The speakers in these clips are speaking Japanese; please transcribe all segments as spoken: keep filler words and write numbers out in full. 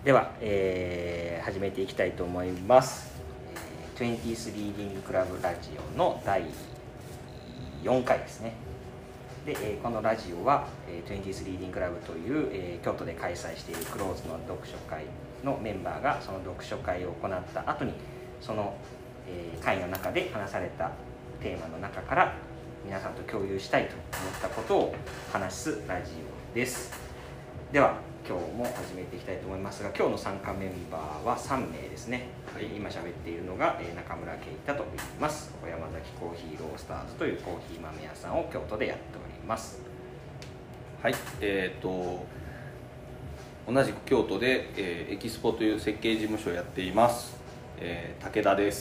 では、えー、始めていきたいと思います。えー、にじゅうさんリーディングクラブラジオのだいよんかいですね。で、えー、このラジオは、えー、にじゅうさんリーディングクラブという、えー、京都で開催しているクローズの読書会のメンバーがその読書会を行った後にその、えー、会の中で話されたテーマの中から皆さんと共有したいと思ったことを話すラジオです。では今日も始めていきたいと思いますが、今日の参加メンバーはさんめいですね。はい、今喋っているのが中村圭太と言います。小山崎コーヒーロースターズというコーヒー豆屋さんを京都でやっております。 はい、えーと同じく京都で、えー、エキスポという設計事務所をやっています、えー、武田です。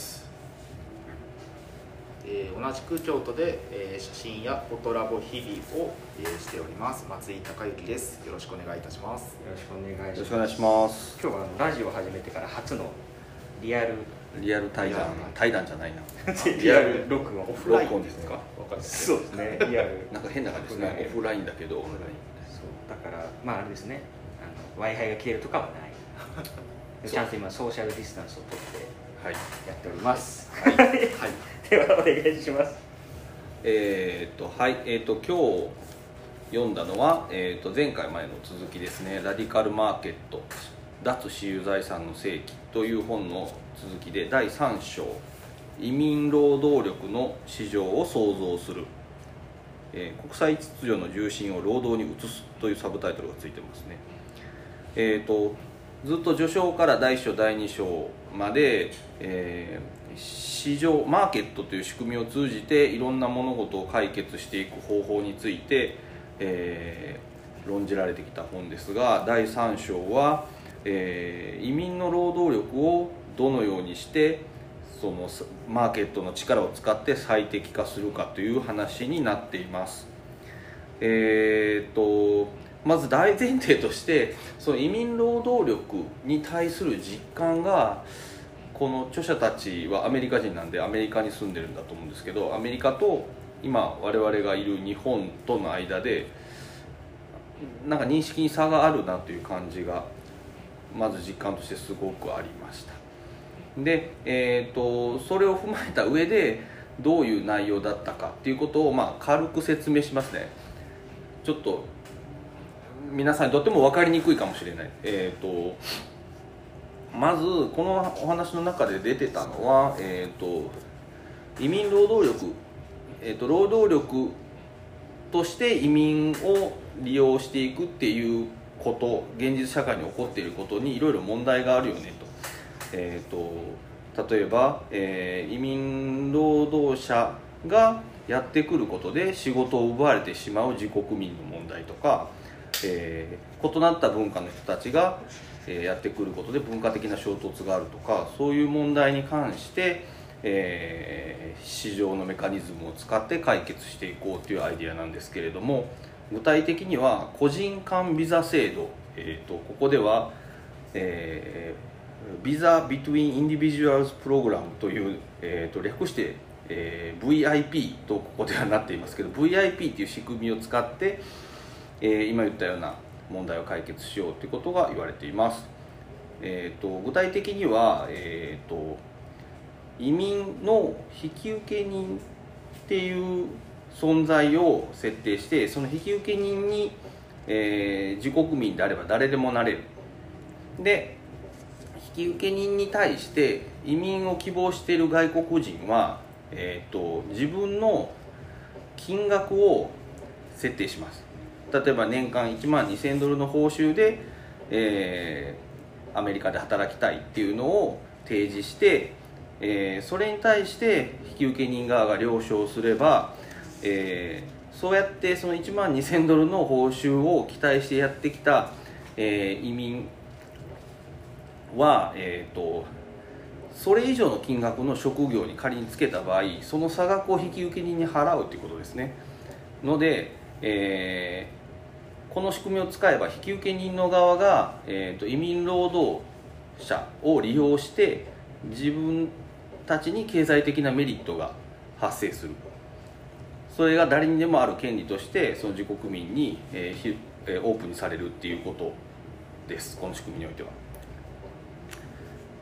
えー、同じく京都で、えー、写真やフォトラボ日々を、えー、しております松井孝之です。よろしくお願いいたします。 よろしくお願いします。 よろしくお願いします。 今日はラジオを始めてから初のリアルリアル対談対談じゃないなリアル録音オフライン録音ですか。 わかんないですそうですね。リアルなんか変な感じですね。オフラインだけどオフライン。 そうだからまああれですね、あの Wi-Fi が切れるとかはないちゃんと今ソーシャルディスタンスをとってやっております。 はい、はいはい、 ではお願いします。 えーとはいえーと今日読んだのは、えーと前回前の続きですね。ラディカルマーケット脱私有財産の世紀という本の続きでだいさん章移民労働力の市場を創造する、えー、国際秩序の重心を労働に移すというサブタイトルがついてますね。えーとずっと序章からだいいっ章だいに章まで、えー、市場マーケットという仕組みを通じていろんな物事を解決していく方法について、えー、論じられてきた本ですが、だいさん章は、えー、移民の労働力をどのようにしてそのマーケットの力を使って最適化するかという話になっています。えーとまず大前提としてその移民労働力に対する実感が、この著者たちはアメリカ人なんでアメリカに住んでるんだと思うんですけど、アメリカと今我々がいる日本との間でなんか認識に差があるなという感じがまず実感としてすごくありました。で、えーとそれを踏まえた上でどういう内容だったかっていうことをまあ軽く説明しますね。ちょっと皆さんにとっても分かりにくいかもしれない。えーとまずこのお話の中で出てたのは、えーと移民労働力、えーと労働力として移民を利用していくっていうこと、現実社会に起こっていることにいろいろ問題があるよねと。えーと例えば、えー、移民労働者がやってくることで仕事を奪われてしまう自国民の問題とか、えー、異なった文化の人たちが、えー、やってくることで文化的な衝突があるとか、そういう問題に関して、えー、市場のメカニズムを使って解決していこうというアイデアなんですけれども、具体的には個人間ビザ制度、えー、とここでは、えー、ビザ Between Individuals Program という、えー、と略して、えー、ブイアイピー とここではなっていますけど、 ブイアイピー という仕組みを使ってえー、今言ったような問題を解決しようということが言われています。えー、と具体的には、えー、と移民の引受人っていう存在を設定して、その引受人に、えー、自国民であれば誰でもなれる。で引受人に対して移民を希望している外国人は、えー、と自分の金額を設定します。例えば年間いちまんにせんドルの報酬で、えー、アメリカで働きたいっていうのを提示して、えー、それに対して引受人側が了承すれば、えー、そうやってそのいちまんにせんドルの報酬を期待してやってきた、えー、移民は、えーと、それ以上の金額の職業に仮につけた場合、その差額を引受人に払うということですね。ので、えーこの仕組みを使えば引受人の側が、えーと、移民労働者を利用して自分たちに経済的なメリットが発生する。それが誰にでもある権利としてその自国民に、えー、オープンにされるっていうことです、この仕組みにおいては。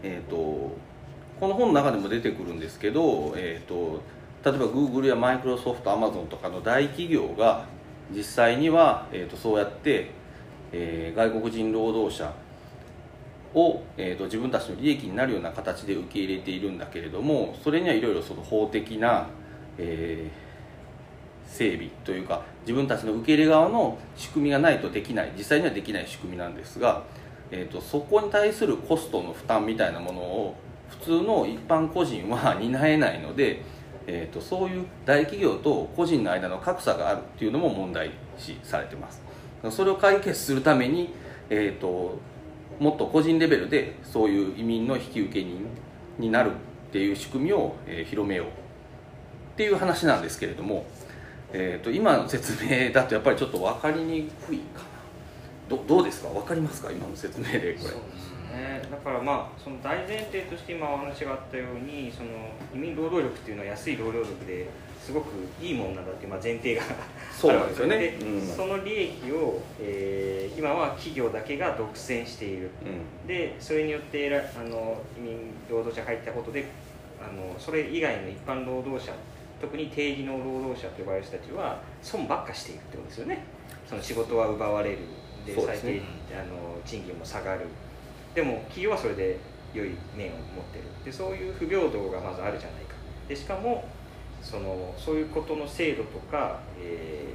えー、とこの本の中でも出てくるんですけど、えー、と例えば Google や Microsoft、Amazon とかの大企業が実際には、えー、とそうやって、えー、外国人労働者を、えー、と自分たちの利益になるような形で受け入れているんだけれども、それにはいろいろその法的な、えー、整備というか自分たちの受け入れ側の仕組みがないとできない、実際にはできない仕組みなんですが、えー、とそこに対するコストの負担みたいなものを普通の一般個人は担えないので、えー、とそういう大企業と個人の間の格差があるっていうのも問題視されてます。それを解決するために、えー、ともっと個人レベルでそういう移民の引き受け人になるっていう仕組みを、えー、広めようっていう話なんですけれども、えー、と今の説明だとやっぱりちょっと分かりにくいかな。 ど, どうですか、分かりますか今の説明でこれ。 そうですね、だからまあその大前提として今お話があったように、その移民労働力っていうのは安い労働力ですごくいいものなんだっていうまあ前提がそうなんですよね。 で、 うん、 その利益を、えー、今は企業だけが独占している、うん、でそれによってあの移民労働者が入ったことで、あのそれ以外の一般労働者、特に定義の労働者と呼ばれる人たちは損ばっかしているってことですよね。その仕事は奪われるで、最低、ね、あの賃金も下がる、でも企業はそれで良い面を持ってるで、そういう不平等がまずあるじゃないか。でしかもそのそういうことの制度とか、え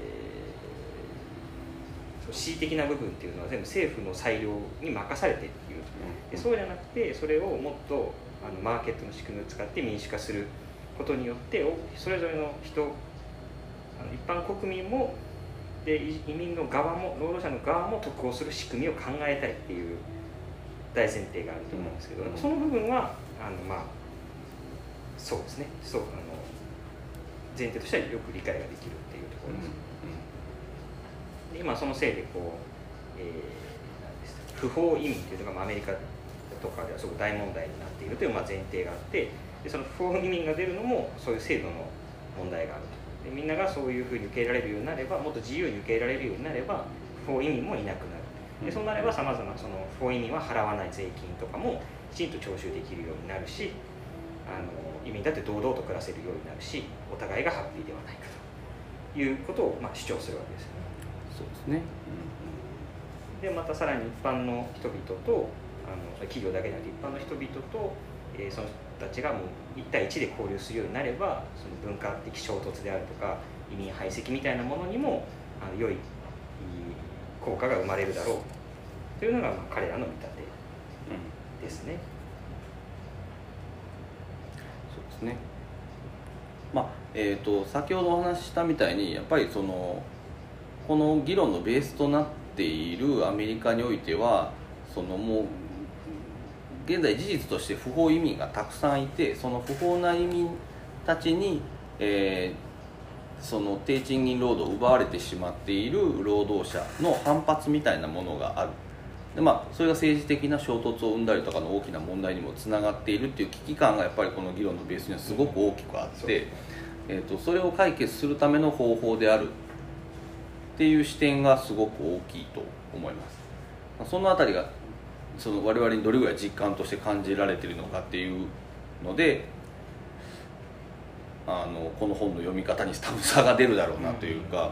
ー、恣意的な部分っていうのは全部政府の裁量に任されているで、そうじゃなくてそれをもっとあのマーケットの仕組みを使って民主化することによって、それぞれの人、あの一般国民もで移民の側も労働者の側も得をする仕組みを考えたいっていう大前提があると思うんですけど、うん、その部分はあのまあそうですね、そうあの前提としてはよく理解ができるっていうところです。うんうん、で今そのせいでこう、えー、なんですか、不法移民というのがアメリカとかではすごく大問題になっているというまあ前提があって、でその不法移民が出るのもそういう制度の問題があると。でみんながそういうふうに受け入れられるようになれば、もっと自由に受け入れられるようになれば不法移民もいなくなる。でそうなればさまざまなその不法移民は払わない税金とかもきちんと徴収できるようになるし、あの移民だって堂々と暮らせるようになるし、お互いがハッピーではないかということをまあ主張するわけですよね。 そうですね。 でまたさらに一般の人々と、あの企業だけじゃなくて一般の人々と、えー、その人たちがもういち対いちで交流するようになれば、その文化的衝突であるとか移民排斥みたいなものにもあの良い効果が生まれるだろうというのがまあ彼らの見立てですね。 そうですね。まあえー、と先ほどお話ししたみたいに、やっぱりそのこの議論のベースとなっているアメリカにおいては、そのもう現在事実として不法移民がたくさんいて、その不法な移民たちに、えー、その低賃金労働を奪われてしまっている労働者の反発みたいなものがある。で、まあ、それが政治的な衝突を生んだりとかの大きな問題にもつながっているっていう危機感がやっぱりこの議論のベースにはすごく大きくあって、えーと、それを解決するための方法であるっていう視点がすごく大きいと思います。そのあたりがその我々にどれぐらい実感として感じられているのかっていうので、あのこの本の読み方に多分差が出るだろうなというか、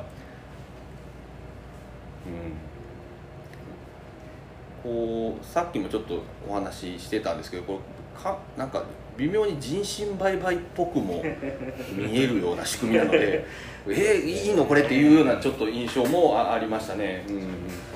うん、こうさっきもちょっとお話ししてたんですけど、これかなんか微妙に人身売買っぽくも見えるような仕組みなのでえー、いいのこれっていうようなちょっと印象もありましたね。うん、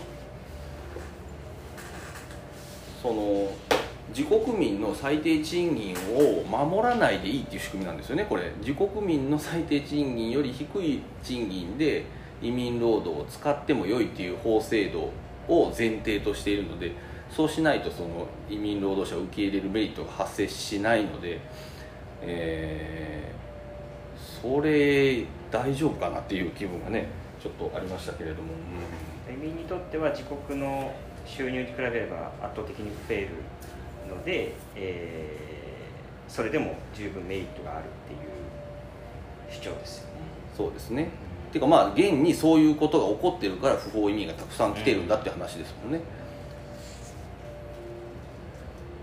その自国民の最低賃金を守らないでいいっていう仕組みなんですよね。これ自国民の最低賃金より低い賃金で移民労働を使っても良いっていう法制度を前提としているので、そうしないとその移民労働者を受け入れるメリットが発生しないので、えー、それ大丈夫かなっていう気分がねちょっとありましたけれども、 うん、移民にとっては自国の収入に比べれば圧倒的に増えるので、えー、それでも十分メリットがあるっていう主張ですよね。 そうですね。っていうかまあ現にそういうことが起こってるから不法移民がたくさん来てるんだって話ですもんね。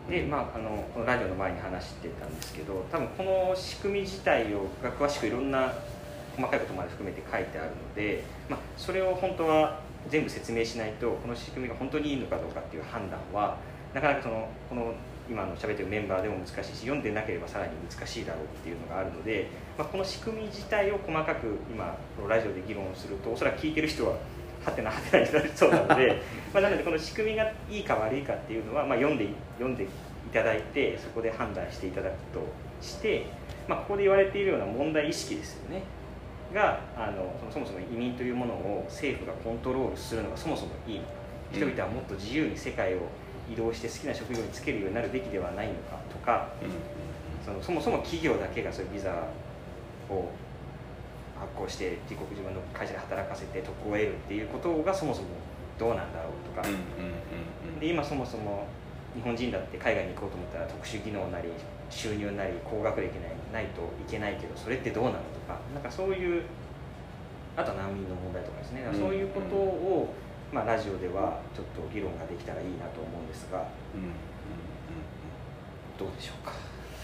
で、まあ、あのこのラジオの前に話してたんですけど、多分この仕組み自体を詳しくいろんな細かいことまで含めて書いてあるので、まあ、それを本当は全部説明しないとこの仕組みが本当にいいのかどうかっていう判断はなかなかそのこの今の喋ってるメンバーでも難しいし、読んでなければさらに難しいだろうっていうのがあるので、まあ、この仕組み自体を細かく今このラジオで議論するとおそらく聞いてる人ははてなはてなになりそうなのでまあなのでこの仕組みがいいか悪いかっていうのは、まあ、読んで読んでいただいてそこで判断していただくとして、まあ、ここで言われているような問題意識ですよねがあのそもそも移民というものを政府がコントロールするのがそもそもいいのか、人々はもっと自由に世界を移動して好きな職業に就けるようになるべきではないのかとか、うん、そのそもそも企業だけがそういうビザを発行して自国自分の会社で働かせて得を得るっていうことがそもそもどうなんだろうとか、で今そもそも日本人だって海外に行こうと思ったら特殊技能なり収入なり高学歴ないといけないけどそれってどうなのとか、なんかそういうあとは難民の問題とかですね、そういうことをまあ、ラジオではちょっと議論ができたらいいなと思うんですが、うんうんうん、どうでしょうか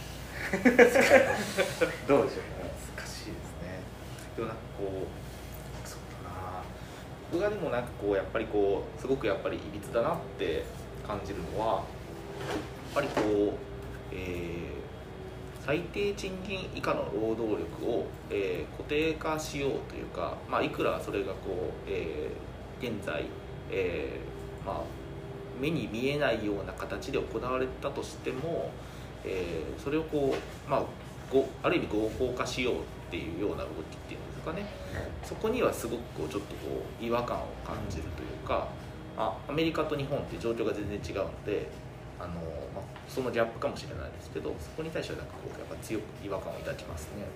どうでしょうか。 難しいですね。でもなんかこうそうだな、僕がでもなんかこうやっぱりこうすごくやっぱりいびつだなって感じるのはやっぱりこう、えー、最低賃金以下の労働力を、えー、固定化しようというか、まあ、いくらそれがこう、えー現在、えーまあ、目に見えないような形で行われたとしても、えー、それをこう、まあ、ごある意味合法化しようっていうような動きっていうんですかね、そこにはすごくこうちょっとこう違和感を感じるというか、あアメリカと日本って状況が全然違うのであの、まあ、そのギャップかもしれないですけど、そこに対してはなんかこうやっぱ強く違和感を抱きますね。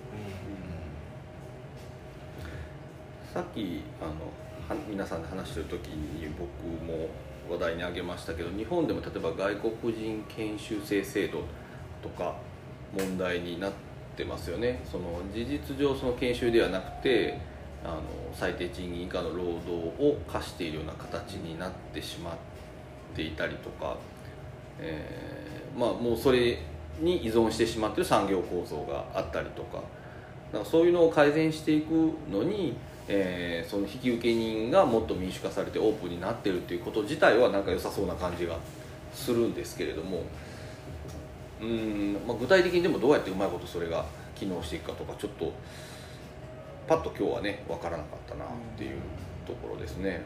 うん、さっきあの皆さんで話してる時に僕も話題に挙げましたけど、日本でも例えば外国人研修生制度とか問題になってますよね。その事実上その研修ではなくてあの最低賃金以下の労働を課しているような形になってしまっていたりとか、えー、まあもうそれに依存してしまっている産業構造があったりとか、だからそういうのを改善していくのにえー、その引受人がもっと民主化されてオープンになっているということ自体はなんか良さそうな感じがするんですけれども、うーん、まあ、具体的にでもどうやってうまいことそれが機能していくかとかちょっとパッと今日はね分からなかったなっていうところですね。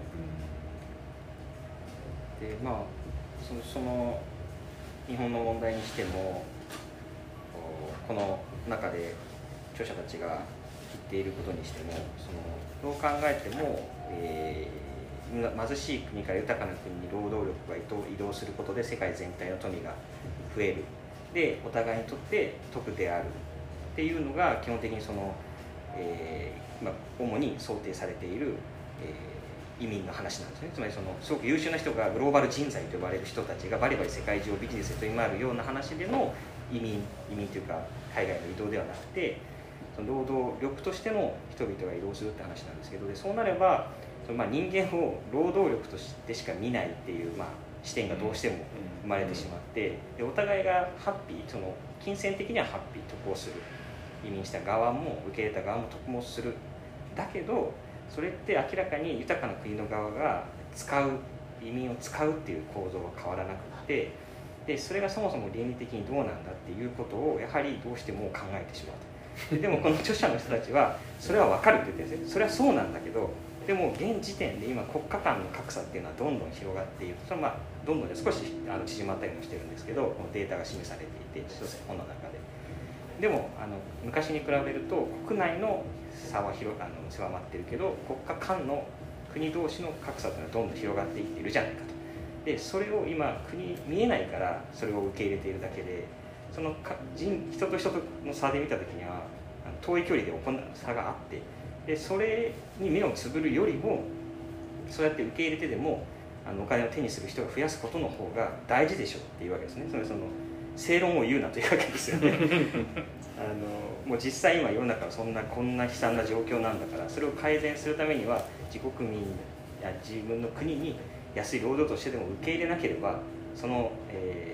うん、でまあその、その日本の問題にしてもこの中で著者たちが言っていることにしても、そのどう考えても、えー、貧しい国から豊かな国に労働力が移動することで世界全体の富が増える、でお互いにとって得であるっていうのが基本的にその、えーまあ、主に想定されている、えー、移民の話なんですね。つまりそのすごく優秀な人がグローバル人材と呼ばれる人たちがバリバリ世界中をビジネスで取り回るような話での移民移民というか海外の移動ではなくて、その労働力としての人々が移動するって話なんですけど、でそうなればそのまあ人間を労働力としてしか見ないっていう、まあ、視点がどうしても生まれてしまって、でお互いがハッピー、その金銭的にはハッピー得をする、移民した側も受け入れた側も得もする。だけどそれって明らかに豊かな国の側が使う移民を使うっていう構造は変わらなくて、でそれがそもそも倫理的にどうなんだっていうことをやはりどうしても考えてしまう。でもこの著者の人たちはそれは分かるって言ってるんですよ。それはそうなんだけど、でも現時点で今国家間の格差っていうのはどんどん広がっている。それはまあどんどんで少しあの縮まったりもしてるんですけど、このデータが示されていて書籍本の中で。でもあの昔に比べると国内の差は広あの狭まってるけど、国家間の国同士の格差っていうのはどんどん広がっていっているじゃないかと。でそれを今国見えないからそれを受け入れているだけで、そのか人, 人と人との差で見た時には遠い距離で行う差があって、でそれに目をつぶるよりもそうやって受け入れてでもあのお金を手にする人が増やすことの方が大事でしょっていうわけですね。それその正論を言うなというわけですよねあのもう実際今世の中はそんなこんな悲惨な状況なんだから、それを改善するためには自国民や自分の国に安い労働としてでも受け入れなければ、その、えー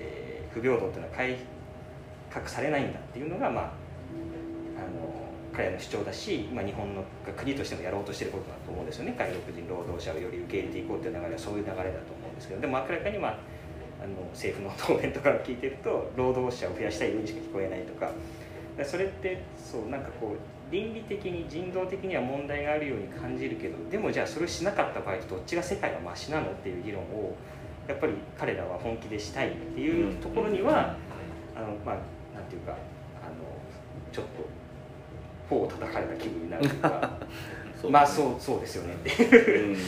不平等っていうのは改革されないんだっていうのが、まあ、あの彼らの主張だし、まあ、日本の国としてもやろうとしていることだと思うんですよね。外国人労働者をより受け入れていこうという流れはそういう流れだと思うんですけど、でも明らかに、まあ、あの政府の答弁とかを聞いてると労働者を増やしたいようにしか聞こえないとか、それってそうなんかこう倫理的に人道的には問題があるように感じるけど、でもじゃあそれをしなかった場合とどっちが世界がマシなのっていう議論をやっぱり彼らは本気でしたいっていうところには、あのまあなんていうか、あのちょっと頬を叩かれた気分になるというかそうまあそうそうですよねっていう、うん、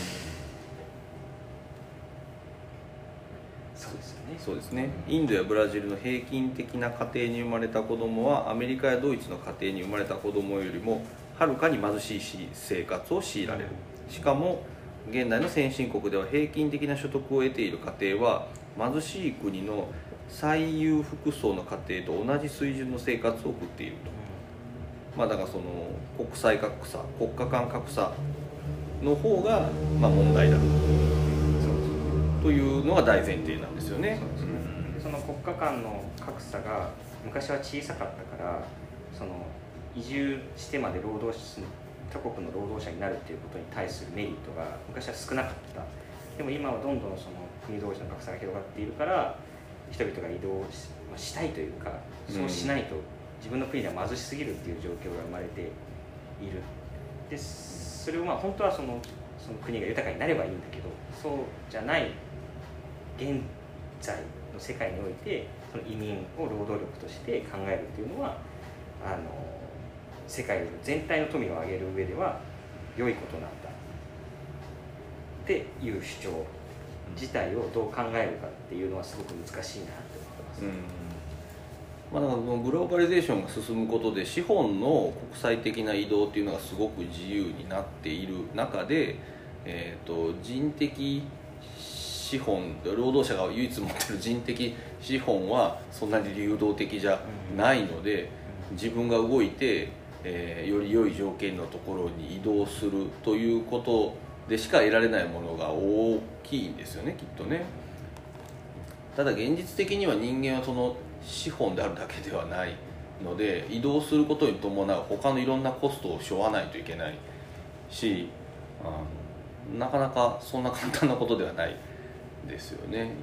そうですよね。 そうですね。インドやブラジルの平均的な家庭に生まれた子供はアメリカやドイツの家庭に生まれた子供よりもはるかに貧しい生活を強いられる。しかも現代の先進国では平均的な所得を得ている家庭は貧しい国の最裕福層の家庭と同じ水準の生活を送っていると。まあ、だからその国際格差、国家間格差の方がまあ問題だというのが大前提なんですよね。 そうですね。その国家間の格差が昔は小さかったから、その移住してまで労働他国の労働者になるということに対するメリットが昔は少なかった。でも今はどんどんその国同士の格差が広がっているから、人々が移動 し,、まあ、したいというか、そうしないと自分の国では貧しすぎるっていう状況が生まれている。でそれをまあ本当はそのその国が豊かになればいいんだけど、そうじゃない現在の世界においてその移民を労働力として考えるっていうのは、あの世界全体の富を上げる上では良いことなんだっていう主張自体をどう考えるかっていうのはすごく難しいなって思ってます。 うん、まあ、だからグローバリゼーションが進むことで資本の国際的な移動っていうのがすごく自由になっている中で、えーと、人的資本、労働者が唯一持っている人的資本はそんなに流動的じゃないので、自分が動いて、えー、より良い条件のところに移動するということでしか得られないものが大きいんですよね、きっとね。ただ現実的には人間はその資本であるだけではないので、移動することに伴う他のいろんなコストを背負わないといけないし、あのなかなかそんな簡単なことではないですよね。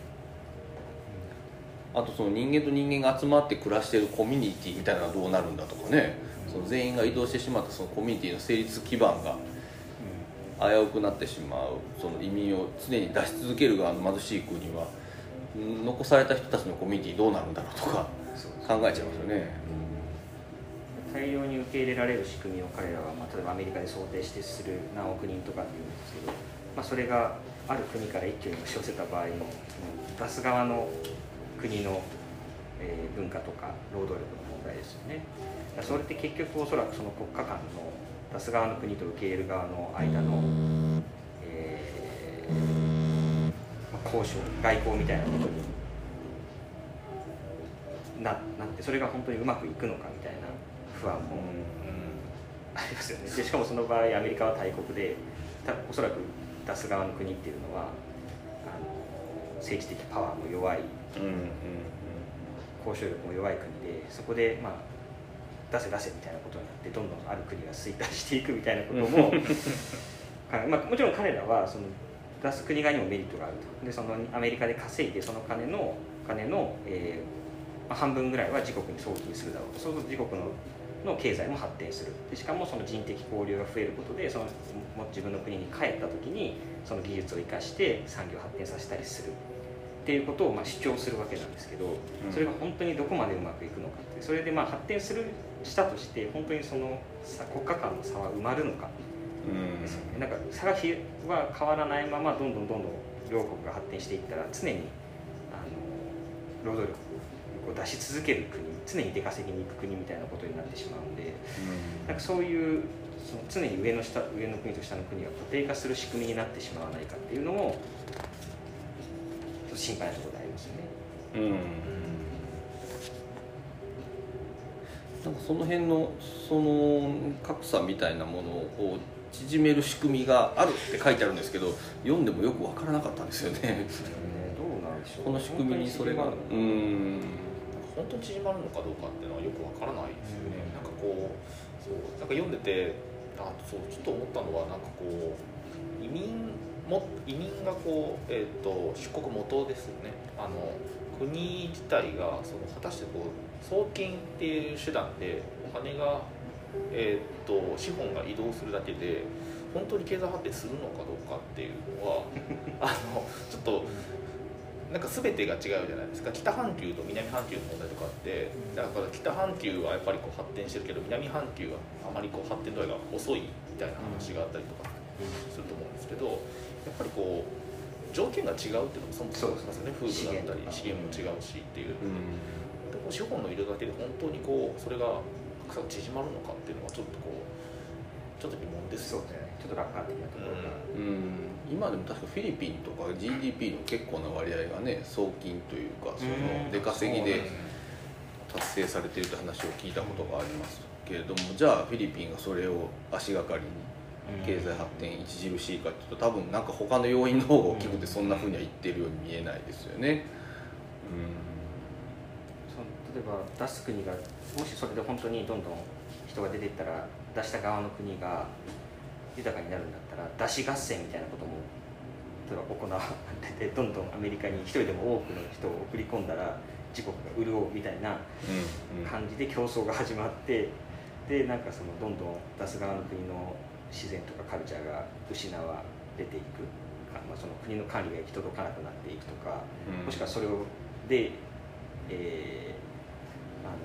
あとその人間と人間が集まって暮らしているコミュニティみたいなのはどうなるんだとかね、その全員が移動してしまったそのコミュニティの成立基盤が危うくなってしまう、その移民を常に出し続ける側の貧しい国は残された人たちのコミュニティどうなるんだろうとか考えちゃいますよね。 大量に受け入れられる仕組みを彼らは、まあ、例えばアメリカで想定してする何億人とかっていうんですけど、まあ、それがある国から一挙に押し寄せた場合の出す側の国の、えー、文化とか労働力の問題ですよね。それって結局おそらくその国家間の出す側の国と受け入れる側の間の、えーまあ、交渉外交みたいなことに な, なってそれが本当にうまくいくのかみたいな不安も、うん、ありますよね。でしかもその場合アメリカは大国でおそらく出す側の国っていうのはあの政治的パワーも弱い、うんうんうん、交渉力も弱い国で、そこでまあ出せ出せみたいなことになってどんどんある国が衰退していくみたいなこともまあもちろん彼らはその出す国側にもメリットがあると。でそのアメリカで稼いでその金の金の、えーまあ、半分ぐらいは自国に送金するだろうと。そうすると自国のの経済も発展する。でしかもその人的交流が増えることでそのも自分の国に帰った時にその技術を生かして産業を発展させたりするっていうことをまあ主張するわけなんですけど、それが本当にどこまでうまくいくのかって、それでまあ発展するしたとして本当にその国家間の差は埋まるのかですよね。なんか差がは変わらないままどんどんどんどん両国が発展していったら常にあの労働力を出し続ける国、常に出稼ぎに行く国みたいなことになってしまうんで、なんかそういうその常に上の下上の国と下の国が固定化する仕組みになってしまわないかっていうのも心配なところでありますよね。うん、 なんかその辺のその格差みたいなものを縮める仕組みがあるって書いてあるんですけど、読んでもよく分からなかったんですよね。 どうなんでしょう。 この仕組みにそれがうーん本当に縮まるのかどうかっていうのはよくわからないですよね。なんかこうそうなんか読んでてあそうちょっと思ったのはなんかこう移民も移民がこう、えー、と出国元ですよね。あの国自体がその果たしてこう送金っていう手段でお金が、えー、と資本が移動するだけで本当に経済発展するのかどうかっていうのはあのちょっとなんか全てが違うじゃないですか。北半球と南半球の問題とかあってだから北半球はやっぱりこう発展してるけど南半球はあまりこう発展度合いが遅いみたいな話があったりとかすると思うんですけどやっぱりこう条件が違うっていうのもそもそもですよね。風土だったり資源も違うしっていう、うん、でも資本の入れだけで本当にこうそれが格差が縮まるのかっていうのはちょっとこうちょっと疑問ですよね。 ちょっと楽観的なところが、 うんうん、今でも確かフィリピンとか ジーディーピー の結構な割合がね送金というかその出稼ぎで達成されているという話を聞いたことがありますけれども、じゃあフィリピンがそれを足がかりに経済発展著しいかというと多分なんか他の要因の方が大きくてそんなふうには言ってるように見えないですよね。 うんその例えば出す国がもしそれで本当にどんどん人が出ていったら出した側の国が豊かになるんだったら出し合戦みたいなことも例えば行われてどんどんアメリカに一人でも多くの人を送り込んだら自国が潤うみたいな感じで競争が始まってでなんかそのどんどん出す側の国の自然とかカルチャーが失われていく、まあ、その国の管理が行き届かなくなっていくとか、うん、もしくはそれをで、えー、あ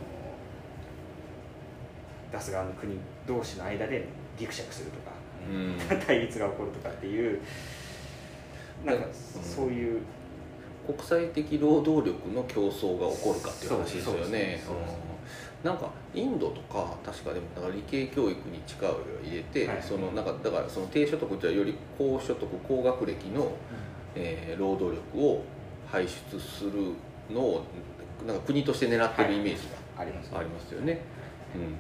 の出す側の国同士の間でギクシャクするとか、うん、対立が起こるとかっていうなんかそういう、 うん、国際的労働力の競争が起こるかっていう話ですよね。なんかインドとか確かでもだから理系教育に力を入れて、はい、そのなんかだからその低所得というより高所得高学歴の、うんえー、労働力を輩出するのをなんか国として狙ってるイメージがありますよね。うんうんうん、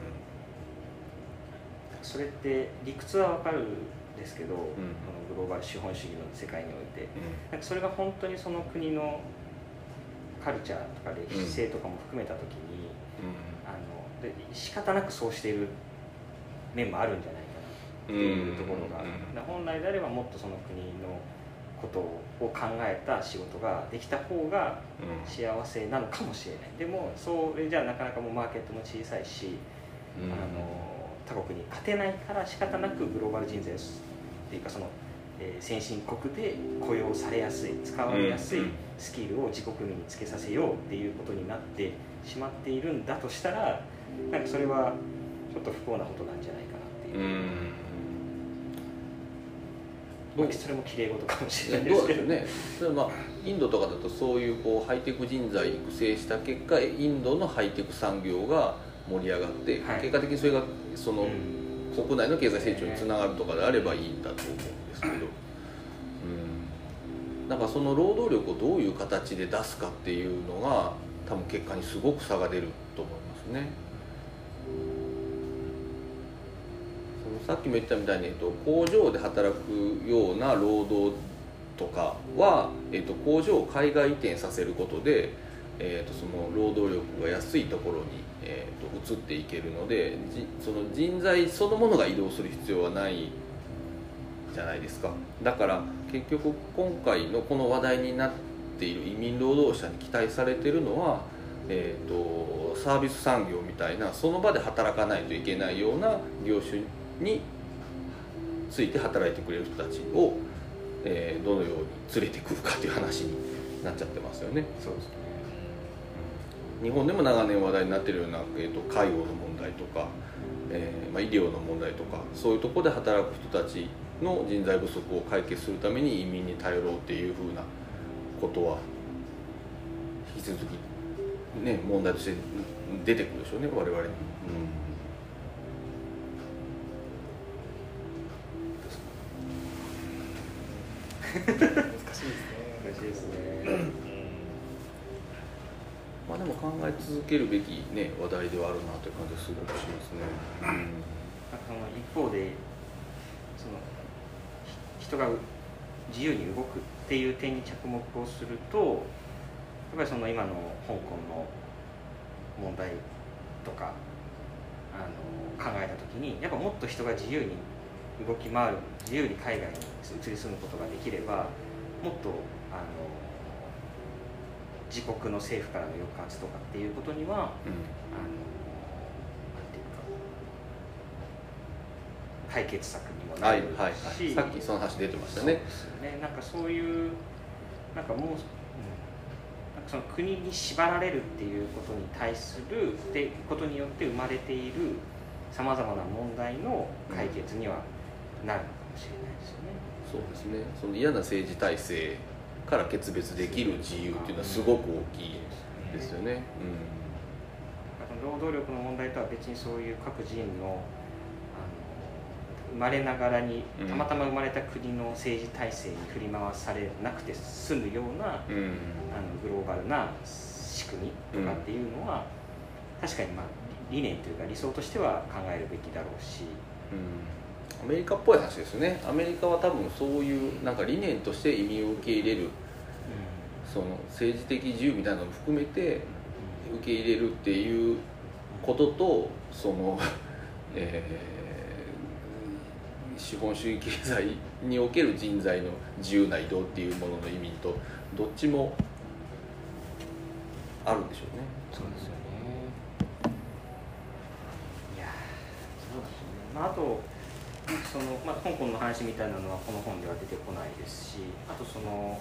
それって理屈はわかるんですけど、うん、このグローバル資本主義の世界において、うん、なんかそれが本当にその国のカルチャーとか歴史性とかも含めたときに、うん、あので仕方なくそうしている面もあるんじゃないかなっていうところが、うん、本来であればもっとその国のことを考えた仕事ができた方が幸せなのかもしれない。でもそれじゃあなかなかもうマーケットも小さいし、うん、あの他国に勝てないから仕方なくグローバル人材っていうかその、えー、先進国で雇用されやすい使われやすいスキルを自国民につけさせようっていうことになってしまっているんだとしたらなんかそれはちょっと不幸なことなんじゃないかなっていう、うん、それもきれい事かもしれないですけどね。それまあインドとかだとそういうこうハイテク人材育成した結果インドのハイテク産業が盛り上がって、はい、結果的にそれがその、うん、国内の経済成長につながるとかであればいいんだと思うんですけど、うん、なんかその労働力をどういう形で出すかっていうのが多分結果にすごく差が出ると思いますね。そのさっきも言ったみたいに、えっと、工場で働くような労働とかは、えっと、工場を海外移転させることで、えっと、その労働力が安いところに、えっと、移っていけるのでその人材そのものが移動する必要はないじゃないですか。だから結局今回のこの話題になっている移民労働者に期待されているのは、えーと、サービス産業みたいなその場で働かないといけないような業種について働いてくれる人たちを、えー、どのように連れてくるかという話になっちゃってますよね。 そうですね。 日本でも長年話題になっているような、えーと、介護の問題とか、えーまあ、医療の問題とかそういうところで働く人たちの人材不足を解決するために移民に頼ろうっていうふうなことは引き続き、ね、問題として出てくるでしょうね我々に、うん、 難しいですね。 難しいですね。 まあでも考え続けるべき、ね、話題ではあるなという感じがすごくしますね。うん、なんかその一方でその人が自由に動くっていう点に着目をすると、やっぱりその今の香港の問題とかあの考えた時に、やっぱもっと人が自由に動き回る、自由に海外に移り住むことができれば、もっとあの自国の政府からの抑圧とかっていうことには、うん、あのなんていうか解決策にもなるし、 はいはいはい、さっきその話出てましたね。 そうですよね。なんかそういうなんかもう、うん、なんかその国に縛られるっていうことに対するってことによって生まれているさまざまな問題の解決にはなるのかもしれないですよね。 そうですね。その嫌な政治体制から決別できる自由っていうのはすごく大きいですよね。 うん、労働力の問題とは別にそういう各人の、あの生まれながらにたまたま生まれた国の政治体制に振り回されなくて済むような、うん、あのグローバルな仕組みとかっていうのは、うん、確かに、まあ、理念というか理想としては考えるべきだろうし、 うん、アメリカっぽい話ですよね。アメリカは多分そういうなんか理念として移民を受け入れる、うん、その政治的自由みたいなのも含めて受け入れるっていうことと、その、えー、資本主義経済における人材の自由な移動っていうものの意味とどっちもあるんでしょうね。 そうですよね。いやそうですよね。まあ、あとその、まあ、香港の話みたいなのはこの本では出てこないですし、あとその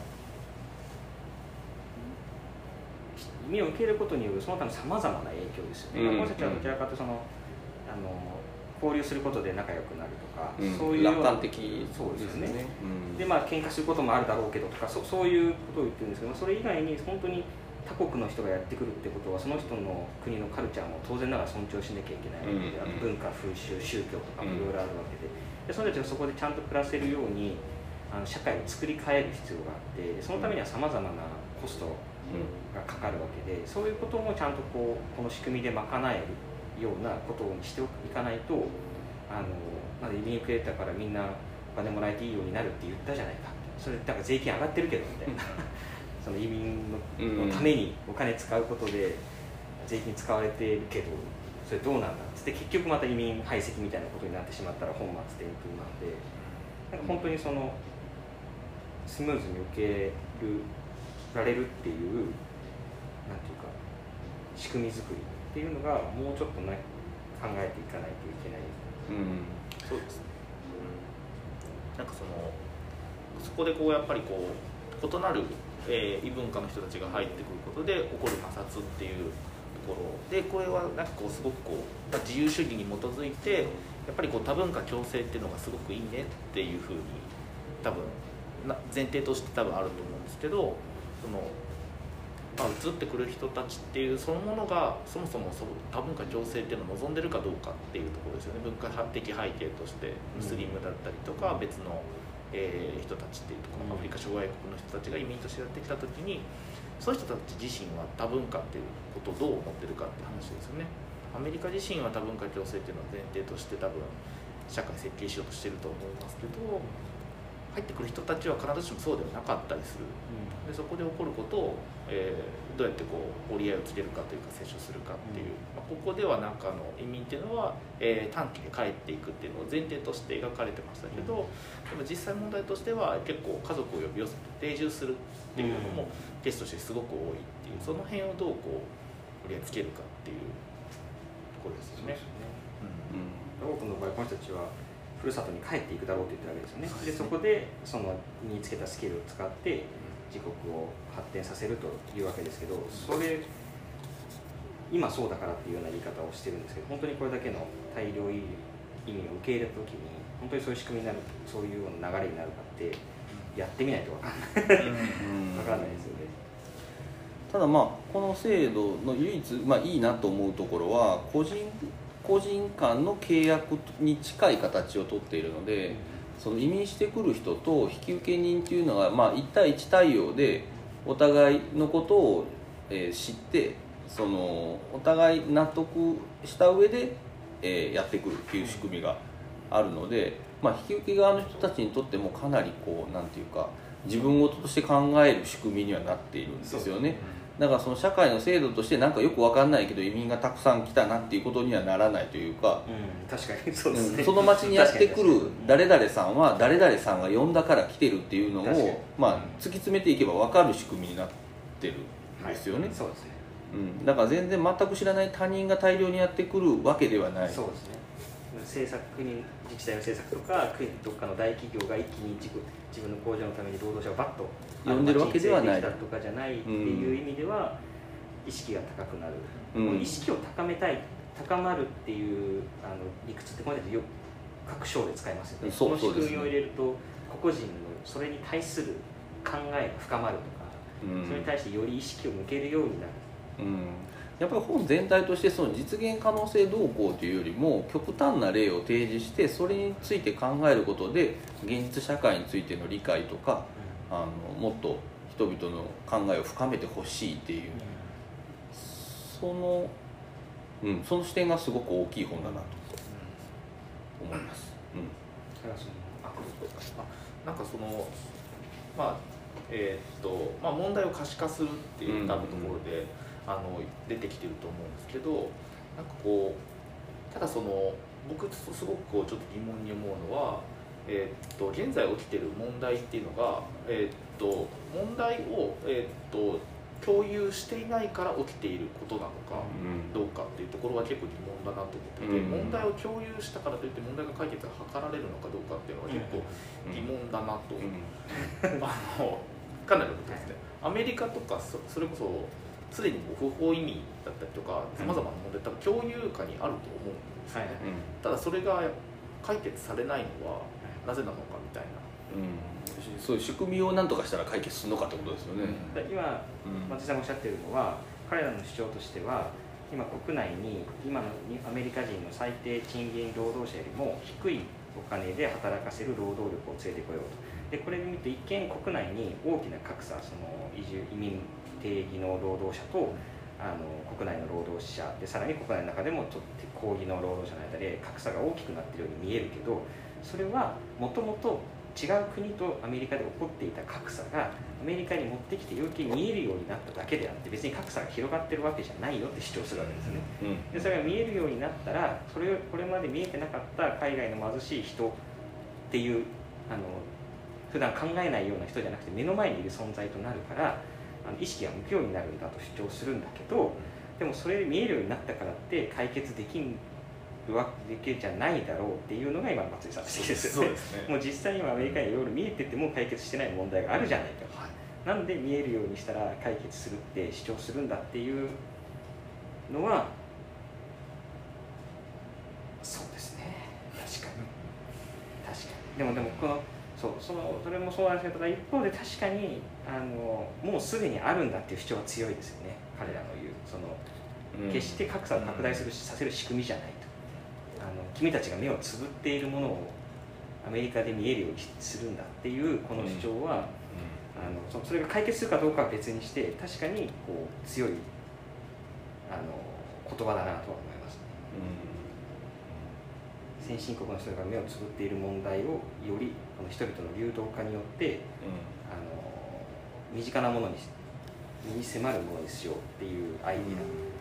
移民を受け入れることによるその他のさまざまな影響ですよね。うん、私たちはどちらかというとその、あの交流することで仲良くなるとか、 うん、 そういう楽観的そうですね。 ね、うん、 でまあ喧嘩することもあるだろうけどとか、そ、そういうことを言ってるんですけど、それ以外に本当に他国の人がやってくるってことはその人の国のカルチャーも当然ながら尊重しなきゃいけないわけで、うん、あと文化、風習、宗教とかもいろいろあるわけで、でその人たちがそこでちゃんと暮らせるようにあの社会を作り変える必要があって、そのためにはさまざまなコストがかかるわけで、そういうこともちゃんとこうこの仕組みで賄えるようなことにしていかないと、あのなんで移民受け入れたからみんなお金もらえていいようになるって言ったじゃないか、それだから税金上がってるけどみたいなその移民 の, のためにお金使うことで税金使われているけどそれどうなんだっつって結局また移民排斥みたいなことになってしまったら本末転倒なんで、なんか本当にそのスムーズに受けられるっていうなんていうか仕組み作りっていうのがもうちょっとね考えていかないといけない。 うん、そうですね、うん、なんかそのそこでこうやっぱりこう異なる、えー、異文化の人たちが入ってくることで起こる摩擦っていうところで、これはなんかこうすごくこう自由主義に基づいてやっぱりこう多文化共生っていうのがすごくいいねっていうふうに多分な前提として多分あると思うんですけど、そのまあ、移ってくる人たちっていうそのものがそもそもそ多文化共生っていうのを望んでるかどうかっていうところですよね。文化的背景としてムスリムだったりとか別の、えー、人たちっていうところ、アフリカ諸外国の人たちが移民としてやってきた時にその人たち自身は多文化っていうことをどう思ってるかって話ですよね。アメリカ自身は多文化共生っていうのを前提として多分社会設計しようとしてると思いますけど、入ってくる人たちは必ずしもそうではなかったりする、うん、でそこで起こることを、えー、どうやってこう折り合いをつけるかというか接触するかっていう、うんまあ、ここではなんかの移民っていうのは、えー、短期で帰っていくっていうのを前提として描かれてましたけど、うん、でも実際問題としては結構家族を呼び寄せて定住するっていうのもケースとしてすごく多いっていう、その辺をどうこう折り合いつけるかっていうところですよね。 多くの場合この人たちはふるさとに帰っていくだろうと言ってるわけですよね。でそこでその身につけたスキルを使って自国を発展させるというわけですけど、それ今そうだからっていうような言い方をしてるんですけど、本当にこれだけの大量移民を受け入れた時に本当にそういう仕組みになる、そういうような流れになるかってやってみないと分かんない分かんないですよね。 ただまあこの制度の唯一、まあ、いいなと思うところは個人個人間の契約に近い形をとっているので、うん、その移民してくる人と引受人っていうのが、まあ、いち対いち対応でお互いのことを、えー、知ってそのお互い納得した上で、えー、やってくるっていう仕組みがあるので、まあ、引受側の人たちにとってもかなりこうなんていうか自分事として考える仕組みにはなっているんですよね。だからその社会の制度としてなんかよく分かんないけど移民がたくさん来たなっていうことにはならないというか、 うん、確かにそうですね、 うん、その町にやってくる誰々さんは誰々さんが呼んだから来てるっていうのを、まあ、突き詰めていけば分かる仕組みになってるんですよね、 はい、そうですね、 うん、だから全然全く知らない他人が大量にやってくるわけではない。 そうですね、政策国自治体の政策とか国どっかの大企業が一気に自自分の工場のために労働者をバッと呼んでるわけではないとかじゃないっていう意味では、意識が高くなる、 うん、 意識を高めたい高まるっていうあの理屈ってこれでよ各省で使いますよね。 そうこの仕組みをそうですね、 入れると個々人のそれに対する考えが深まるとか、 うん、 それに対してより意識を向けるようになる、 うん、やっぱり本全体としてその実現可能性どうこうというよりも極端な例を提示してそれについて考えることで現実社会についての理解とか、うん、あのもっと人々の考えを深めてほしいっていう、うん、その、うん、その視点がすごく大きい本だなと思います。うん、 あなんかそのまあえーっとまあ、問題を可視化するっていう多分ところで、うんうん、あの出てきてると思うんですけど、なんかこうただその僕すごくこうちょっと疑問に思うのは、えーっと現在起きてる問題っていうのが、えーっと問題を、えーっと共有していないから起きていることなのかどうかっていうところは結構疑問だなと思っていて、うん、問題を共有したからといって問題が解決が図られるのかどうかっていうのは結構疑問だなと、うんうん、あのかなり思ってますね。アメリカとか そ, それこそすでに不法移民だったりとかさまざまな問題多分共有下にあると思うんですよね、はい、ただそれが解決されないのはなぜなのかみたいな、 うん、そういう仕組みを何とかしたら解決するのかってことですよね、 うん、今松井さんがおっしゃってるのは彼らの主張としては今国内に今のアメリカ人の最低賃金労働者よりも低いお金で働かせる労働力を連れてこようと。でこれで見ると一見国内に大きな格差、その移住移民定義の労働者とあの国内の労働者でさらに国内の中でもちょっと抗議の労働者の間で格差が大きくなっているように見えるけど、それはもともと違う国とアメリカで起こっていた格差がアメリカに持ってきて余計見えるようになっただけであって、別に格差が広がってるわけじゃないよって主張するわけですね、うん、でそれが見えるようになったら、それをこれまで見えてなかった海外の貧しい人っていうあの普段考えないような人じゃなくて目の前にいる存在となるから、あの意識が向くようになるんだと主張するんだけど、でもそれで見えるようになったからって解決できるわけじゃないだろうっていうのが今の松井さんの指摘ですよね。そうですね。もう実際にはアメリカにいろいろ見えてても解決してない問題があるじゃないか、はい、なんで見えるようにしたら解決するって主張するんだっていうのは、そうですね、確かに確かにでもでもこのそうそのそれもそうなんですけど、一方で確かにあのもうすでにあるんだっていう主張は強いですよね。彼らの言うその、うん、決して格差を拡大する、うん、させる仕組みじゃないと。あの君たちが目をつぶっているものをアメリカで見えるようにするんだっていうこの主張は、うん、あの そ, それが解決するかどうかは別にして、確かにこう強いあの言葉だなとは思いますね。うん、先進国の人が目をつぶっている問題をよりこの人々の流動化によって、うん、あの身近なものに身に迫るものにしようっていうアイディア、うん、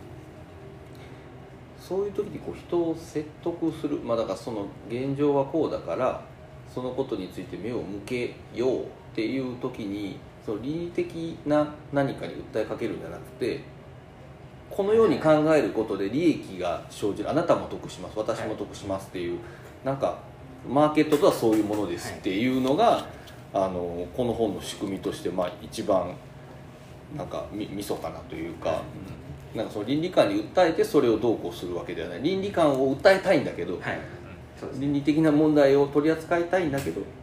そういう時にこう人を説得する、まあ、だからその現状はこうだからそのことについて目を向けようっていう時にその倫理的な何かに訴えかけるんじゃなくて、このように考えることで利益が生じる、あなたも得します私も得しますっていう、なんかマーケットとはそういうものですっていうのが、あのこの本の仕組みとしてまあ一番なんかみそかなというか、なんかその倫理観に訴えてそれをどうこうするわけではない。倫理観を訴えたいんだけど、はい、そうですね、倫理的な問題を取り扱いたいんだけど、うん、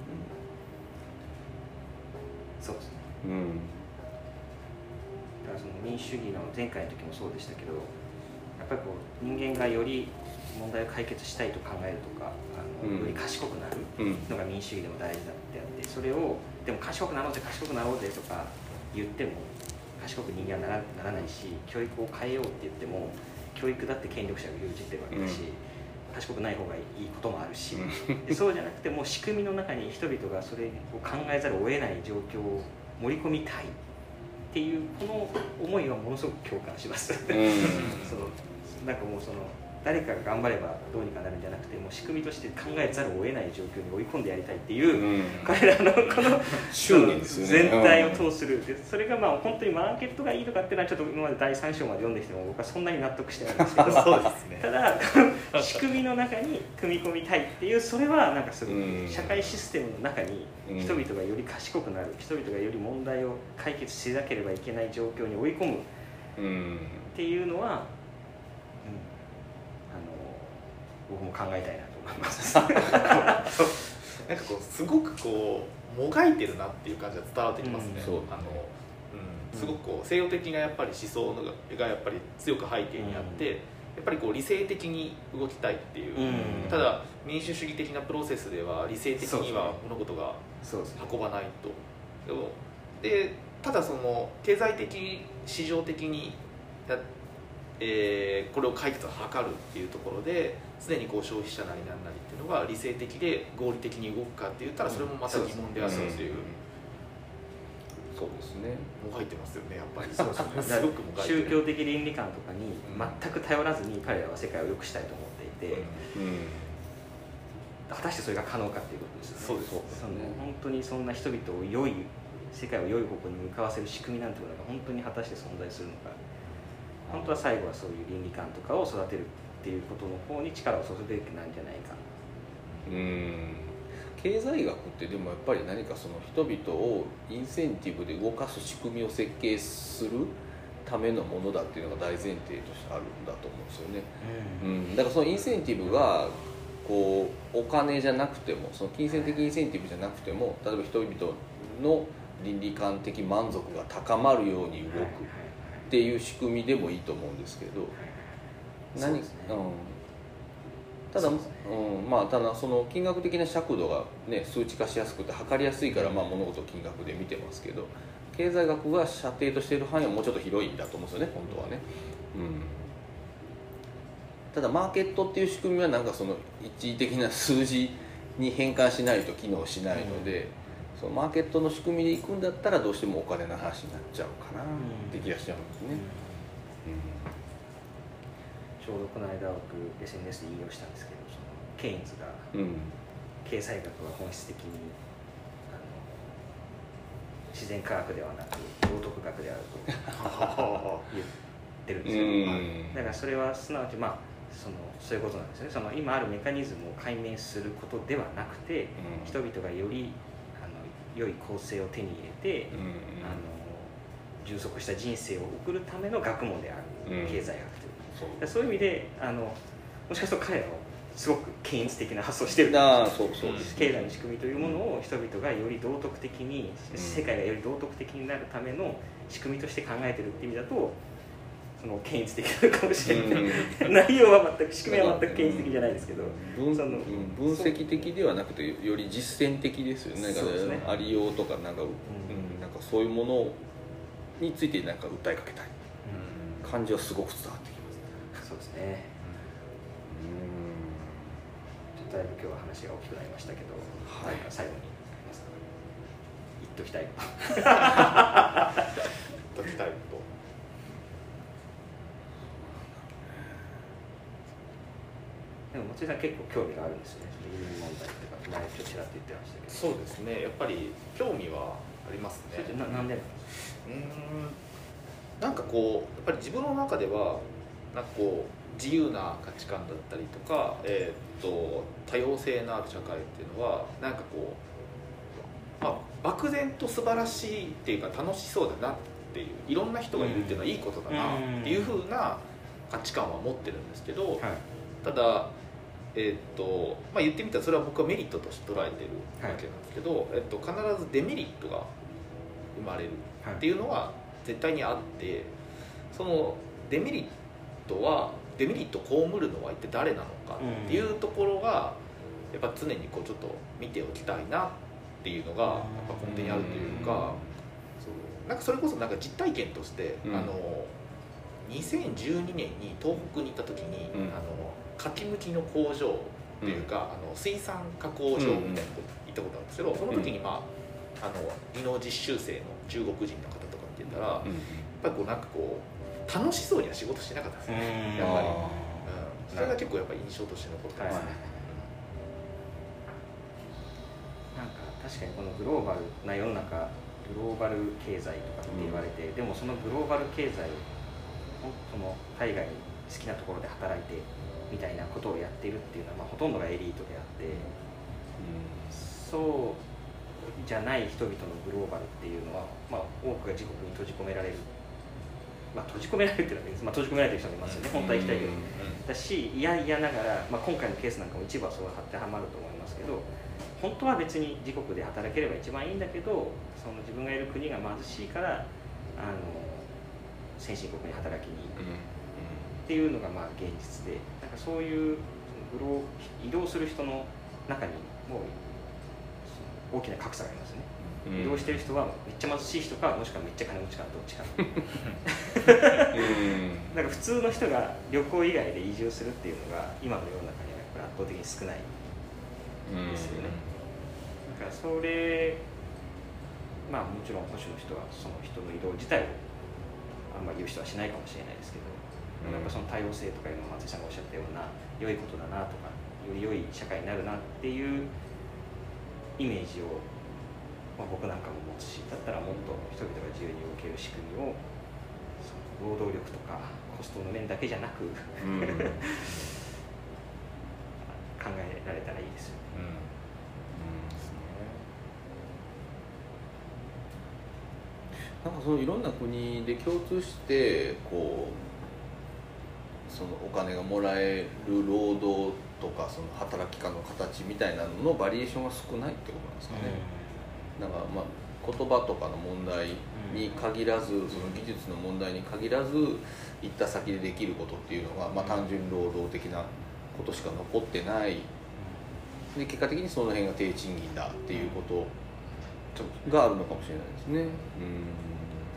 そうですね、 うん、 だからその民主主義の前回の時もそうでしたけど、やっぱりこう人間がより問題を解決したいと考えるとか、あの、うん、より賢くなるのが民主主義でも大事だってあって、それをでも賢くなろうぜ賢くなろうぜとか言っても賢く人間はな ら, ならないし、教育を変えようって言っても教育だって権力者が牛耳ってるわけだし、 賢くない方がいいこともあるし、でそうじゃなくてもう仕組みの中に人々がそれを考えざるを得ない状況を盛り込みたいっていうこの思いはものすごく共感しますそのなんかもうその誰かが頑張ればどうにかなるんじゃなくてもう仕組みとして考えざるを得ない状況に追い込んでやりたいっていう、うん、彼らのこの執念ですよね、 全体を通するでそれがまあ本当にマーケットがいいとかっていうのはちょっと今までだいさん章まで読んできても僕はそんなに納得してないんですけどそうですね、 ただ仕組みの中に組み込みたいっていうそれはなんかすごく社会システムの中に人々がより賢くなる人々がより問題を解決しなければいけない状況に追い込むっていうのは僕も考えたいなと思いますなんかこうすごくこうもがいてるなっていう感じが伝わってきますね、うん、あのうん、すごくこう西洋的なやっぱり思想のがやっぱり強く背景にあって、うん、やっぱりこう理性的に動きたいっていう、うん、ただ民主主義的なプロセスでは理性的には物事が運ばないと、でもでただその経済的市場的にやえー、これを解決を図るっていうところで常にこう消費者なりなんなりっていうのが理性的で合理的に動くかって言ったらそれもまた疑問であるっていう、 そうですね、 もがいてますよねやっぱりそうそうすごくもがいてる宗教的倫理観とかに全く頼らずに彼らは世界を良くしたいと思っていて、うんうん、果たしてそれが可能かっていうことですよね。そうです、その本当にそんな人々を良い世界を良い方向に向かわせる仕組みなんていうのが本当に果たして存在するのか、本当は最後はそういう倫理観とかを育てるっていうことの方に力を注ぐべきなんじゃないか。 うーん、経済学ってでもやっぱり何かその人々をインセンティブで動かす仕組みを設計するためのものだっていうのが大前提としてあるんだと思うんですよね、うんうん、だからそのインセンティブがこうお金じゃなくてもその金銭的インセンティブじゃなくても例えば人々の倫理観的満足が高まるように動くっていう仕組みでもいいと思うんですけど、何、ね、うん、ただ、ね、うん、まあただその金額的な尺度がね数値化しやすくて測りやすいからまあ物事を金額で見てますけど、経済学が射程としている範囲はもうちょっと広いんだと思うんですよね本当はね、うん、ただマーケットっていう仕組みはなんかその一時的な数字に変換しないと機能しないので、そのマーケットの仕組みでいくんだったらどうしてもお金の話になっちゃうかなって気がしちゃうんですね、うんうん、 ちょうどこの間僕 エスエヌエス で引用したんですけど、そのケインズが経済学は本質的にあの自然科学ではなく道徳学であると言ってるんですよ、うん、だからそれはすなわちまあそのそういうことなんですね。その今あるメカニズムを解明することではなくて、うん、人々がより良い構成を手に入れて、うんうん、あの充足した人生を送るための学問である経済学という、うん、そう、そういう意味であのもしかすると彼らはすごくケインズ的な発想をしているあそうそうです、 経済の仕組みというものを人々がより道徳的に、うん、世界がより道徳的になるための仕組みとして考えているっていう意味だとそのケインズ的なのかもしれない、うん、内容は全く仕組みは全くケインズ的じゃないですけど、 分, その分析的ではなくてより実践的ですよね。なんかね、ありようとかなんか、うん、なんかそういうものについてなんか訴えかけたい感じはすごく伝わってきます。 そうですね、うん、ちょっとだいぶ今日は話が大きくなりましたけど、はい、最後に言っときたい言っときたいことでも持井さん結構興味があるんですよね、移民問題というか前ちょっとちらっと言ってましたけど。 そうですね、やっぱり興味はありますね。 それってななんでなんですか？うーん、なんかこうやっぱり自分の中ではなんかこう自由な価値観だったりとか、えー、っと多様性のある社会っていうのはなんかこう、まあ、漠然と素晴らしいっていうか楽しそうだなっていう、いろんな人がいるっていうのはいいことだなっていう風な価値観は持ってるんですけど、はい、ただえーっとまあ、言ってみたらそれは僕はメリットとして捉えてるわけなんですけど、はい、えっと、必ずデメリットが生まれるっていうのは絶対にあって、そのデメリットはデメリットを被るのは一体誰なのかっていうところがやっぱ常にこうちょっと見ておきたいなっていうのがやっぱ根底にあるというか、そうなんかそれこそなんか実体験として、うん、あのにせんじゅうにねんに東北に行った時に、うん、あのかきむきの工場っていうか、うん、あの水産加工場みたいなとこ行ったことあるんですけど、その時にまああの技能実習生の中国人の方とか見てたら、やっぱりこうなんかこう楽しそうには仕事してなかったですね、やっぱり、うん、それが結構やっぱり印象として残ってますね、 はい、なんか確かにこのグローバルな世の中、グローバル経済とかって言われて、うん、でもそのグローバル経済をその海外に好きなところで働いてみたいなことをやっているっていうのは、まあ、ほとんどがエリートであって、うん、そうじゃない人々のグローバルっていうのは、まあ、多くが自国に閉じ込められる、まあ、閉じ込められるっていうのは、まあ、閉じ込められてる人もいますよね、うん、本当は行きたいけど、うん、だし嫌々ながら、まあ、今回のケースなんかも一部はそう当てはまると思いますけど、本当は別に自国で働ければ一番いいんだけど、その自分がいる国が貧しいからあの先進国に働きに行くっていうのがまあ現実で、なんかそういうグロ移動する人の中にもう大きな格差がありますね、うん、移動してる人はめっちゃ貧しい人か、もしくはめっちゃ金持ちか、どっちかなんか普通の人が旅行以外で移住するっていうのが今の世の中にはやっぱり圧倒的に少ないですよね、うん、だからそれまあもちろん保守の人はその人の移動自体をあんまり言う人はしないかもしれないですけど、やっぱその多様性とかいうのを松井さんがおっしゃったような良いことだなとか、より良い社会になるなっていうイメージを、まあ、僕なんかも持つし、だったらもっと人々が自由に動ける仕組みを労働力とかコストの面だけじゃなく、うん、考えられたらいいですよね、うんなんかそのいろんな国で共通してこうそのお金がもらえる労働とかその働き方の形みたいなののバリエーションが少ないってことなんですかね、うん、なんかまあ言葉とかの問題に限らず、その技術の問題に限らず行った先でできることっていうのが、まあ、単純労働的なことしか残ってないで、結果的にその辺が低賃金だっていうことがあるのかもしれないですね。うん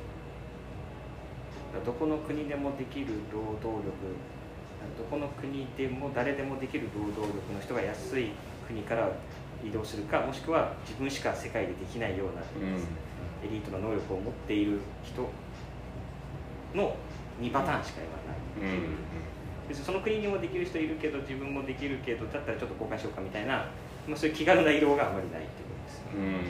どこの国でもできる労働力、どこの国でも誰でもできる労働力の人が安い国から移動するか、もしくは自分しか世界でできないようなエリートの能力を持っている人のにパターンしか今ないっていう、別にその国にもできる人いるけど自分もできるけどだったらちょっと交換しようかみたいな、まあ、そういう気軽な移動があまりないっていうことですね。うん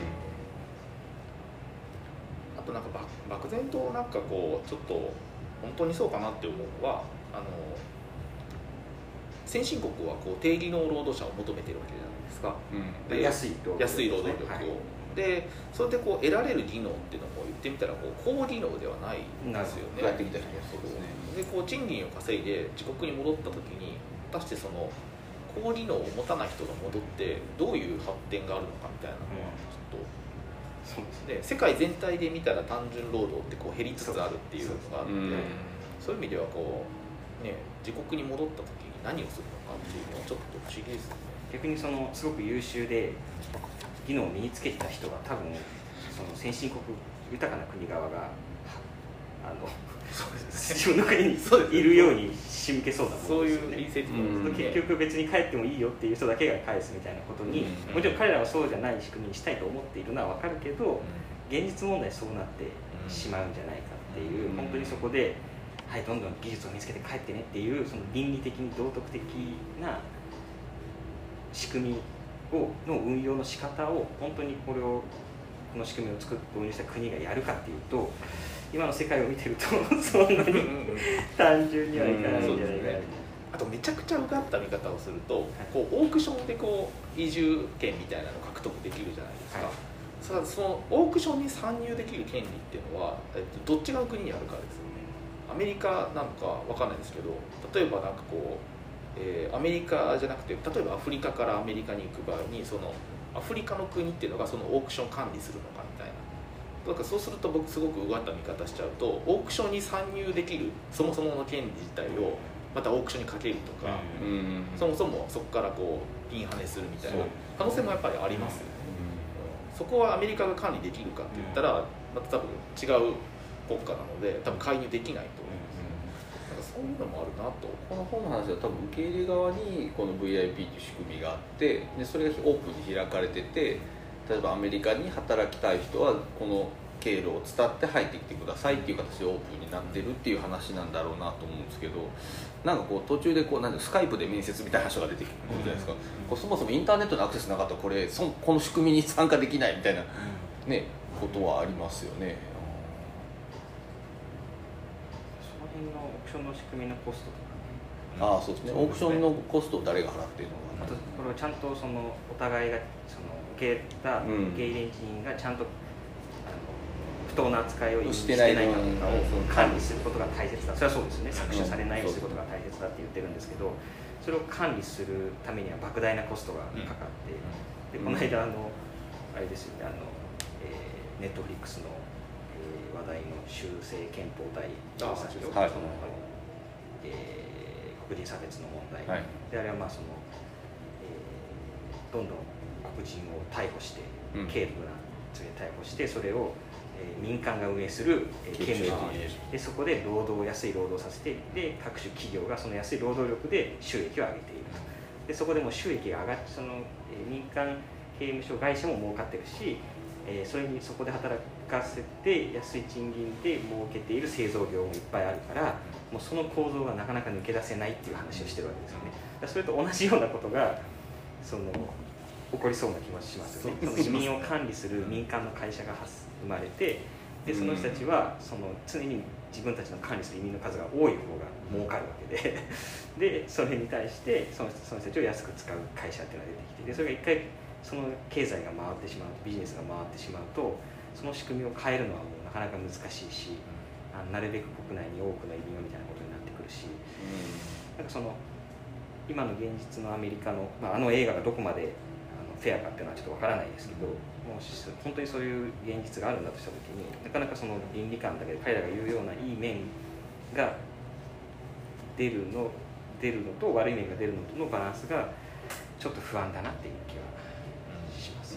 あとなんか漠然となんかこうちょっと本当にそうかなって思うのは、あの先進国はこう低技能労働者を求めてるわけじゃないですか、うん、で安い労働力、安い労働力を、はい、でそれでこう得られる技能っていうのも言ってみたらこう高技能ではないんですよね。 やってきた人もそうですね。 でこう賃金を稼いで自国に戻った時に果たしてその高技能を持たない人が戻ってどういう発展があるのかみたいなのはちょっと、そうですね、世界全体で見たら単純労働ってこう減りつつあるっていうのがあって、そういう意味ではこう、ね、自国に戻った時に何をするのかっていうのはちょっと不思議ですよね。 逆にそのすごく優秀で技能を身につけた人が多分その先進国豊かな国側があのそうですね、自分の国にいるように仕向けそうだもんですよね。そういうインセンティブ、結局別に帰ってもいいよっていう人だけが返すみたいなことに、うん、もちろん彼らはそうじゃない仕組みにしたいと思っているのは分かるけど、うん、現実問題そうなってしまうんじゃないかっていう、うん、本当にそこで、はい、どんどん技術を見つけて帰ってねっていうその倫理的に道徳的な仕組みをの運用の仕方を本当にこれをこの仕組みを作って導入した国がやるかっていうと、今の世界を見てるとそんなに単純にはいかないんじゃないかな、うんね、 あとめちゃくちゃうがった見方をすると、はい、こうオークションでこう移住権みたいなのを獲得できるじゃないですか、はい、そのオークションに参入できる権利っていうのは、えっと、どっちが国にあるかですよね。アメリカなんかわかんないですけど、例えばなんかこう、えー、アメリカじゃなくて例えばアフリカからアメリカに行く場合にそのアフリカの国っていうのがそのオークション管理するのかみたいな、だからそうすると僕すごくうがった見方しちゃうと、オークションに参入できるそもそもの権利自体をまたオークションにかけるとか、うん、そもそもそこからこうピンハネするみたいな可能性もやっぱりありますよね、うん、そこはアメリカが管理できるかって言ったらまた多分違う国家なので多分介入できないと思うんですよ、うん、なんかそういうのもあるなと。 この本の話は多分受け入れ側にこの ブイアイピー という仕組みがあって、でそれがオープンに開かれてて、例えばアメリカに働きたい人はこの経路を伝って入ってきてくださいっていう形でオープンになってるっていう話なんだろうなと思うんですけど、なんかこう途中でこうなんかスカイプで面接みたいな話が出てくるじゃないですか、こうそもそもインターネットのアクセスなかったらこれそこの仕組みに参加できないみたいな、ね、ことはありますよね。 その辺のオプションの仕組みのコストとかね、 ああそうですね、オプションのコストを誰が払っているのかな、 あとこれをちゃんとそのお互いがその受けたうん受け入れ人がちゃんとあの不当な扱いをしてしてないないかとかをうん管理することが大切だ。それはそうですよね。搾取されないようにうんすることが大切だって言ってるんですけど、それを管理するためには莫大なコストがかかって、でこの間あのあれですよね、あのネットフリックスの、えー、話題の修正憲法大調査所、 はいその、えー黒人差別の問題、 はい、 であれはまあその、えーどんどん黒人を逮捕して、 うん軽度な罪で逮捕して、それを、えー民間が運営する、えー刑務所で、そこで労働安い労働をさせて、で各種企業がその安い労働力で収益を上げていると。でそこでも収益が上がって、その、えー民間刑務所会社も儲かってるし、えーそれにそこで働かせて安い賃金で儲けている製造業もいっぱいあるから、もうその構造がなかなか抜け出せないっていう話をしてるわけですよね。だからそれと同じようなことがその起こりそうな気もしますよね。その移民を管理する民間の会社が発生まれて、でその人たちはその常に自分たちの管理する移民の数が多い方が儲かるわけででそれに対してそのその人たちを安く使う会社っていうのが出てきて、でそれが一回その経済が回ってしまうと、ビジネスが回ってしまうと、その仕組みを変えるのはもうなかなか難しいし、あのなるべく国内に多くの移民をみたいなことになってくるし、なんかその今の現実のアメリカの、まあ、あの映画がどこまであのフェアかっていうのはちょっとわからないですけど、もう本当にそういう現実があるんだとしたときに、なかなかその倫理観だけで彼らが言うようないい面が出るの出るのと悪い面が出るのとのバランスがちょっと不安だなっていう気はしますね。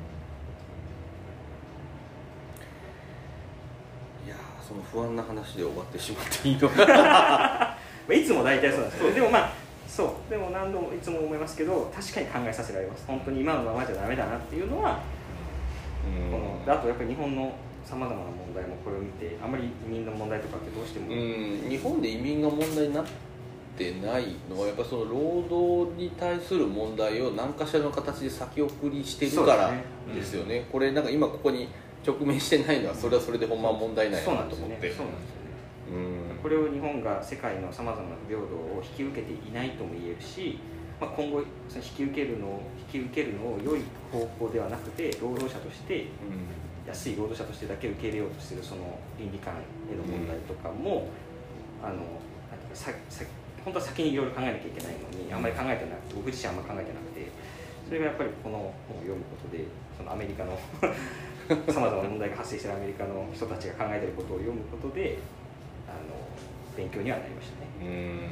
いやーその不安な話で終わってしまっていいのかいつも大体そうなんですよ。でもまあそうでも何度もいつも思いますけど、確かに考えさせられます。本当に今のままじゃダメだなっていうのは、このあとやっぱり日本のさまざまな問題もこれを見て、あんまり移民の問題とかってどうしても、 うん日本で移民が問題になってないのはやっぱりその労働に対する問題を何かしらの形で先送りしてるからですよね。うん、これなんか今ここに直面してないのはそれはそれでほんま問題ないなと思って。 そうなんですよね。 うん、 これを日本が世界のさまざまな不平等を引き受けていないとも言えるし、まあ、今後その引き受けるのを引き受けるのを良い方向ではなくて、労働者として安い労働者としてだけ受け入れようとしているその倫理観への問題とかも、うん、あのなんていうかささ本当は先にいろいろ考えなきゃいけないのにあんまり考えてなくて、僕自身あんまり考えてなくて、それがやっぱりこの本を読むことで、そのアメリカのさまざまな問題が発生しているアメリカの人たちが考えていることを読むことで、あの勉強にはなりましたね。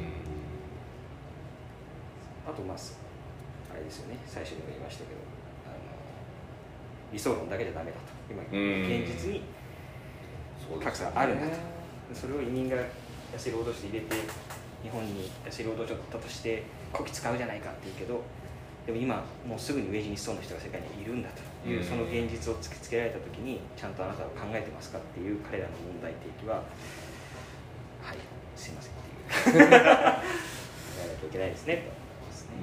うんあとまああれですよね、最初にも言いましたけど、あの理想論だけじゃダメだと、今現実に格差があるんだと、それを移民が安い労働者で入れて日本に安い労働者としてこき使うじゃないかっていうけど、でも今もうすぐにウェージにしそうな人が世界にいるんだという、その現実を突きつけられた時にちゃんとあなたは考えてますかっていう彼らの問題提起は、はいすいませんっていうやらなきゃいけないですねと思いますね。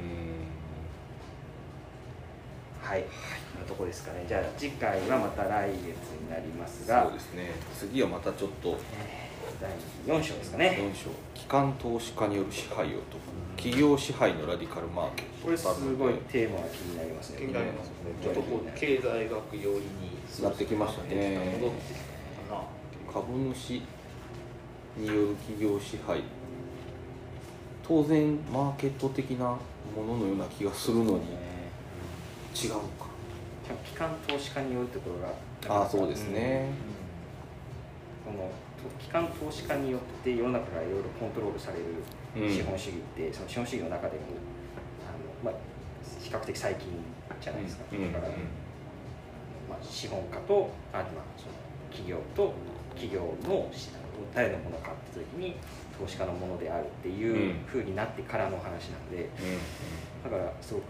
はい、こんなとこですかね。じゃあ次回はまた来月になりますが、 そうですね、次はまたちょっと、 えー、だいよん章ですかね。 よん章、機関投資家による支配をと企業支配のラディカルマーケット。 これすごいテーマが気になりますね。 気になりますね。ちょっとこう経済学寄りになってきましたね。 戻ってきたかな。 株主による企業支配、当然マーケット的なもののような気がするのに違うか。 機関投資家によるところが、ああそうですね、 うん、この機関投資家によって世の中がいろいろコントロールされる資本主義って、うん、その資本主義の中でもあの、まあ、比較的最近じゃないですか。うん、だから、うんまあ、資本家とあ、まあ、その企業と企業の誰のものかって時に投資家のものであるっていう風になってからの話なので、だからすごく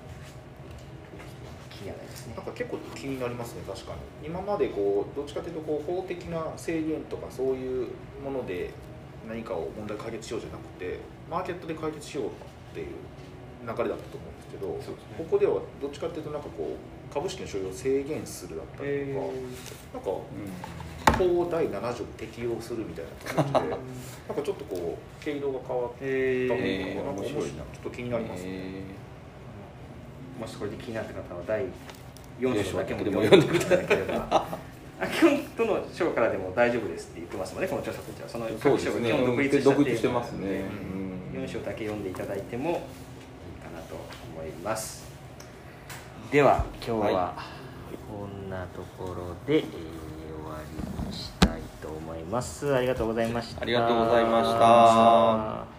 気にはなりますね。 なんか結構気になりますね。確かに今までこうどっちかというとこう法的な制限とかそういうもので何かを問題解決しようじゃなくてマーケットで解決しようっていう流れだったと思うんですけど、 そうですね、 ここではどっちかというとなんかこう株式の所有を制限するだったりとか、なんか、法だいなな条適用するみたいな感じでなんかちょっとこう毛色が変わったのがなんか面白いな、ちょっと気になりますね。 もしこれで気になった方はだいよん章だけも読んでいただければ基本どの章からでも大丈夫ですって言ってますので、この著作者はその各章が基本独立した独立してますね。 よん章だけ読んでいただいてもいいかなと思います。では今日はこんなところで、えー、終わりにしたいと思います。ありがとうございました。 ありがとうございました。